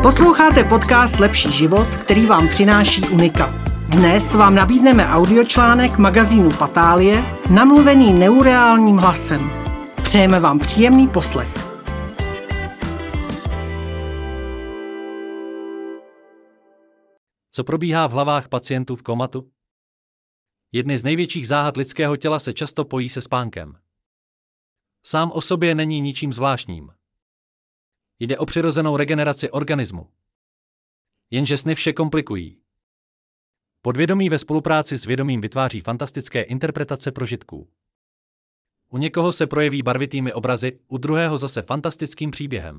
Posloucháte podcast Lepší život, který vám přináší Unika. Dnes vám nabídneme audiočlánek magazínu Patálie, namluvený neureálním hlasem. Přejeme vám příjemný poslech. Co probíhá v hlavách pacientů v komatu? Jedny z největších záhad lidského těla se často pojí se spánkem. Sám o sobě není ničím zvláštním. Jde o přirozenou regeneraci organismu. Jenže sny vše komplikují. Podvědomí ve spolupráci s vědomím vytváří fantastické interpretace prožitků. U někoho se projeví barvitými obrazy, u druhého zase fantastickým příběhem.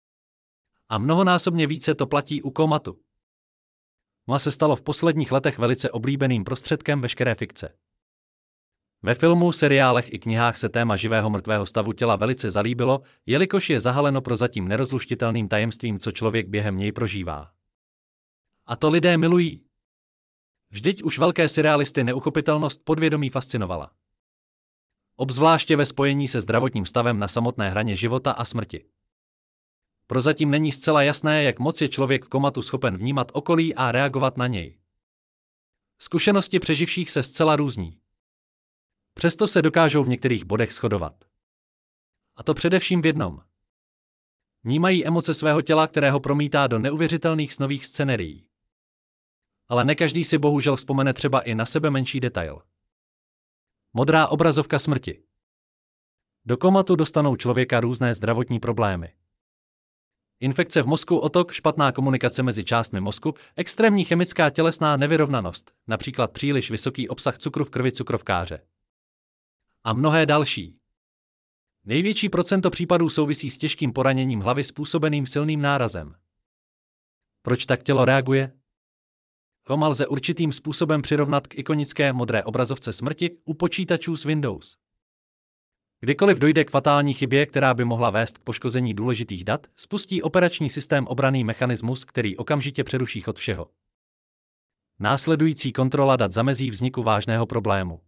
A mnohonásobně více to platí u komatu. Má se stalo v posledních letech velice oblíbeným prostředkem veškeré fikce. Ve filmu, seriálech i knihách se téma živého mrtvého stavu těla velice zalíbilo, jelikož je zahaleno prozatím nerozluštitelným tajemstvím, co člověk během něj prožívá. A to lidé milují. Vždyť už velké seriálisty neuchopitelnost podvědomí fascinovala. Obzvláště ve spojení se zdravotním stavem na samotné hraně života a smrti. Prozatím není zcela jasné, jak moc je člověk v komatu schopen vnímat okolí a reagovat na něj. Zkušenosti přeživších se zcela různí. Přesto se dokážou v některých bodech shodovat. A to především v jednom. Vnímají emoce svého těla, které ho promítá do neuvěřitelných snových scenérií. Ale ne každý si bohužel vzpomene třeba i na sebe menší detail. Modrá obrazovka smrti. Do komatu dostanou člověka různé zdravotní problémy. Infekce v mozku, otok, špatná komunikace mezi částmi mozku, extrémní chemická tělesná nevyrovnanost, například příliš vysoký obsah cukru v krvi cukrovkáře. A mnohé další. Největší procento případů souvisí s těžkým poraněním hlavy způsobeným silným nárazem. Proč tak tělo reaguje? Koma lze určitým způsobem přirovnat k ikonické modré obrazovce smrti u počítačů s Windows. Kdykoliv dojde k fatální chybě, která by mohla vést k poškození důležitých dat, spustí operační systém obranný mechanismus, který okamžitě přeruší chod všeho. Následující kontrola dat zamezí vzniku vážného problému.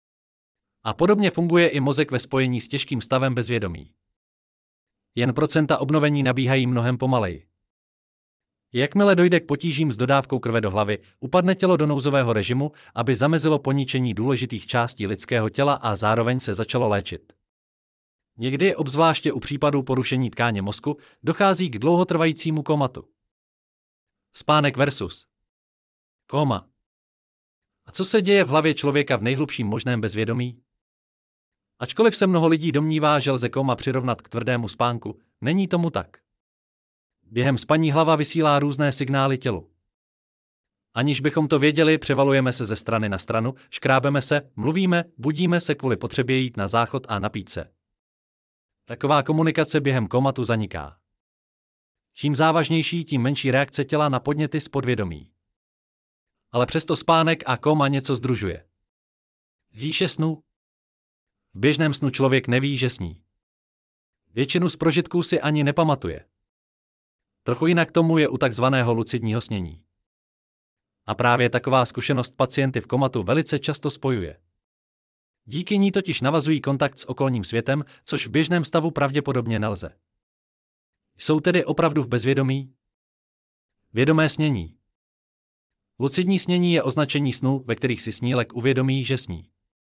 A podobně funguje i mozek ve spojení s těžkým stavem bezvědomí. Jen procenta obnovení nabíhají mnohem pomaleji. Jakmile dojde k potížím s dodávkou krve do hlavy, upadne tělo do nouzového režimu, aby zamezilo poničení důležitých částí lidského těla a zároveň se začalo léčit. Někdy, obzvláště u případů porušení tkáně mozku, dochází k dlouhotrvajícímu komatu. Spánek versus koma. A co se děje v hlavě člověka v nejhlubším možném bezvědomí? Ačkoliv se mnoho lidí domnívá, že lze koma přirovnat k tvrdému spánku, není tomu tak. Během spaní hlava vysílá různé signály tělu. Aniž bychom to věděli, převalujeme se ze strany na stranu, škrábeme se, mluvíme, budíme se kvůli potřebě jít na záchod a napít se. Taková komunikace během komatu zaniká. Čím závažnější, tím menší reakce těla na podněty z podvědomí. Ale přesto spánek a koma něco sdružuje. Výše snu. V běžném snu člověk neví, že sní. Většinu z prožitků si ani nepamatuje. Trochu jinak tomu je u takzvaného lucidního snění. A právě taková zkušenost pacienty v komatu velice často spojuje. Díky ní totiž navazují kontakt s okolním světem, což v běžném stavu pravděpodobně nelze. Jsou tedy opravdu v bezvědomí? Vědomé snění. Lucidní snění je označení snů, ve kterých si snílek uvědomí, že sní.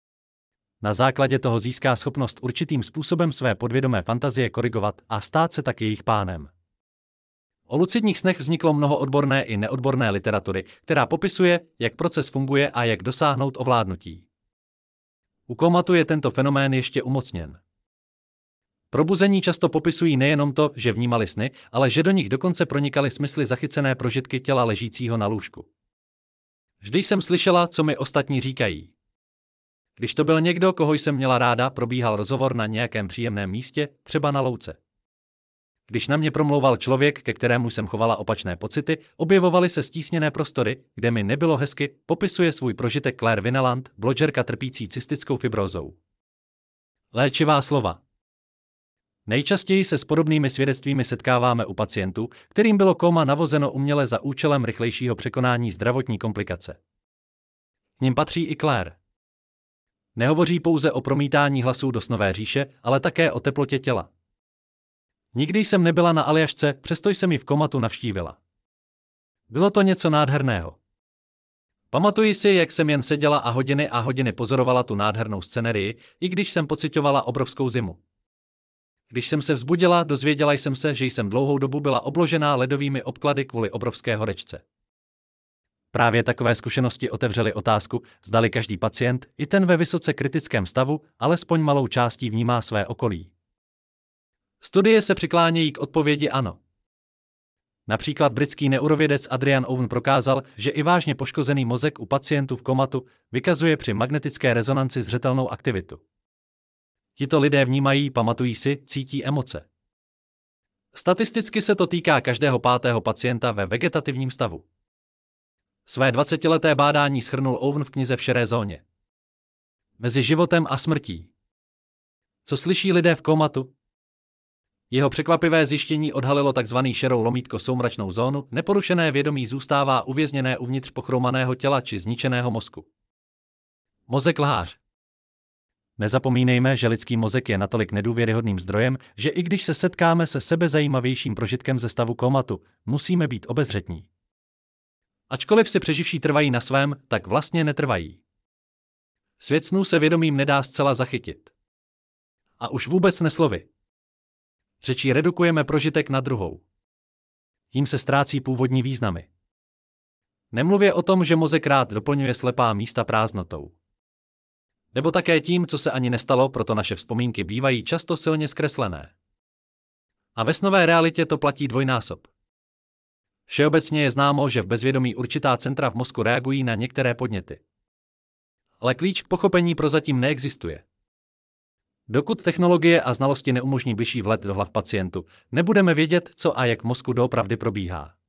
Na základě toho získá schopnost určitým způsobem své podvědomé fantazie korigovat a stát se tak jejich pánem. O lucidních snech vzniklo mnoho odborné i neodborné literatury, která popisuje, jak proces funguje a jak dosáhnout ovládnutí. U komatu je tento fenomén ještě umocněn. Probuzení často popisují nejenom to, že vnímali sny, ale že do nich dokonce pronikaly smysly zachycené prožitky těla ležícího na lůžku. Vždy jsem slyšela, co mi ostatní říkají. Když to byl někdo, koho jsem měla ráda, probíhal rozhovor na nějakém příjemném místě, třeba na louce. Když na mě promlouval člověk, ke kterému jsem chovala opačné pocity, objevovaly se stísněné prostory, kde mi nebylo hezky, popisuje svůj prožitek Claire Wineland, blogerka trpící cystickou fibrózou. Léčivá slova. Nejčastěji se s podobnými svědectvími setkáváme u pacientů, kterým bylo koma navozeno uměle za účelem rychlejšího překonání zdravotní komplikace. K nim patří i Claire. Nehovoří pouze o promítání hlasů do snové říše, ale také o teplotě těla. Nikdy jsem nebyla na Aljašce, přesto jsem ji v komatu navštívila. Bylo to něco nádherného. Pamatuji si, jak jsem jen seděla a hodiny pozorovala tu nádhernou scenerii, i když jsem pociťovala obrovskou zimu. Když jsem se vzbudila, dozvěděla jsem se, že jsem dlouhou dobu byla obložená ledovými obklady kvůli obrovské horečce. Právě takové zkušenosti otevřely otázku, zdali každý pacient, i ten ve vysoce kritickém stavu, alespoň malou částí vnímá své okolí. Studie se přiklánějí k odpovědi ano. Například britský neurovědec Adrian Owen prokázal, že i vážně poškozený mozek u pacientů v komatu vykazuje při magnetické rezonanci zřetelnou aktivitu. Tito lidé vnímají, pamatují si, cítí emoce. Statisticky se to týká každého 5. pacienta ve vegetativním stavu. Své 20leté bádání shrnul Owen v knize V šedé zóně. Mezi životem a smrtí. Co slyší lidé v komatu? Jeho překvapivé zjištění odhalilo tzv. Šedou lomítko soumračnou zónu, neporušené vědomí zůstává uvězněné uvnitř pochromaného těla či zničeného mozku. Mozek lhář. Nezapomínejme, že lidský mozek je natolik nedůvěryhodným zdrojem, že i když se setkáme se sebezajímavějším prožitkem ze stavu komatu, musíme být obezřetní. Ačkoliv si přeživší trvají na svém, tak vlastně netrvají. Svět snů se vědomím nedá zcela zachytit. A už vůbec neslovy. Řečí redukujeme prožitek na druhou. Tím se ztrácí původní významy. Nemluvě o tom, že mozek rád doplňuje slepá místa prázdnotou. Nebo také tím, co se ani nestalo, proto naše vzpomínky bývají často silně zkreslené. A ve snové realitě to platí dvojnásob. Všeobecně je známo, že v bezvědomí určitá centra v mozku reagují na některé podněty. Ale klíč k pochopení prozatím neexistuje. Dokud technologie a znalosti neumožní bližší vhled do hlav pacientů, nebudeme vědět, co a jak v mozku doopravdy probíhá.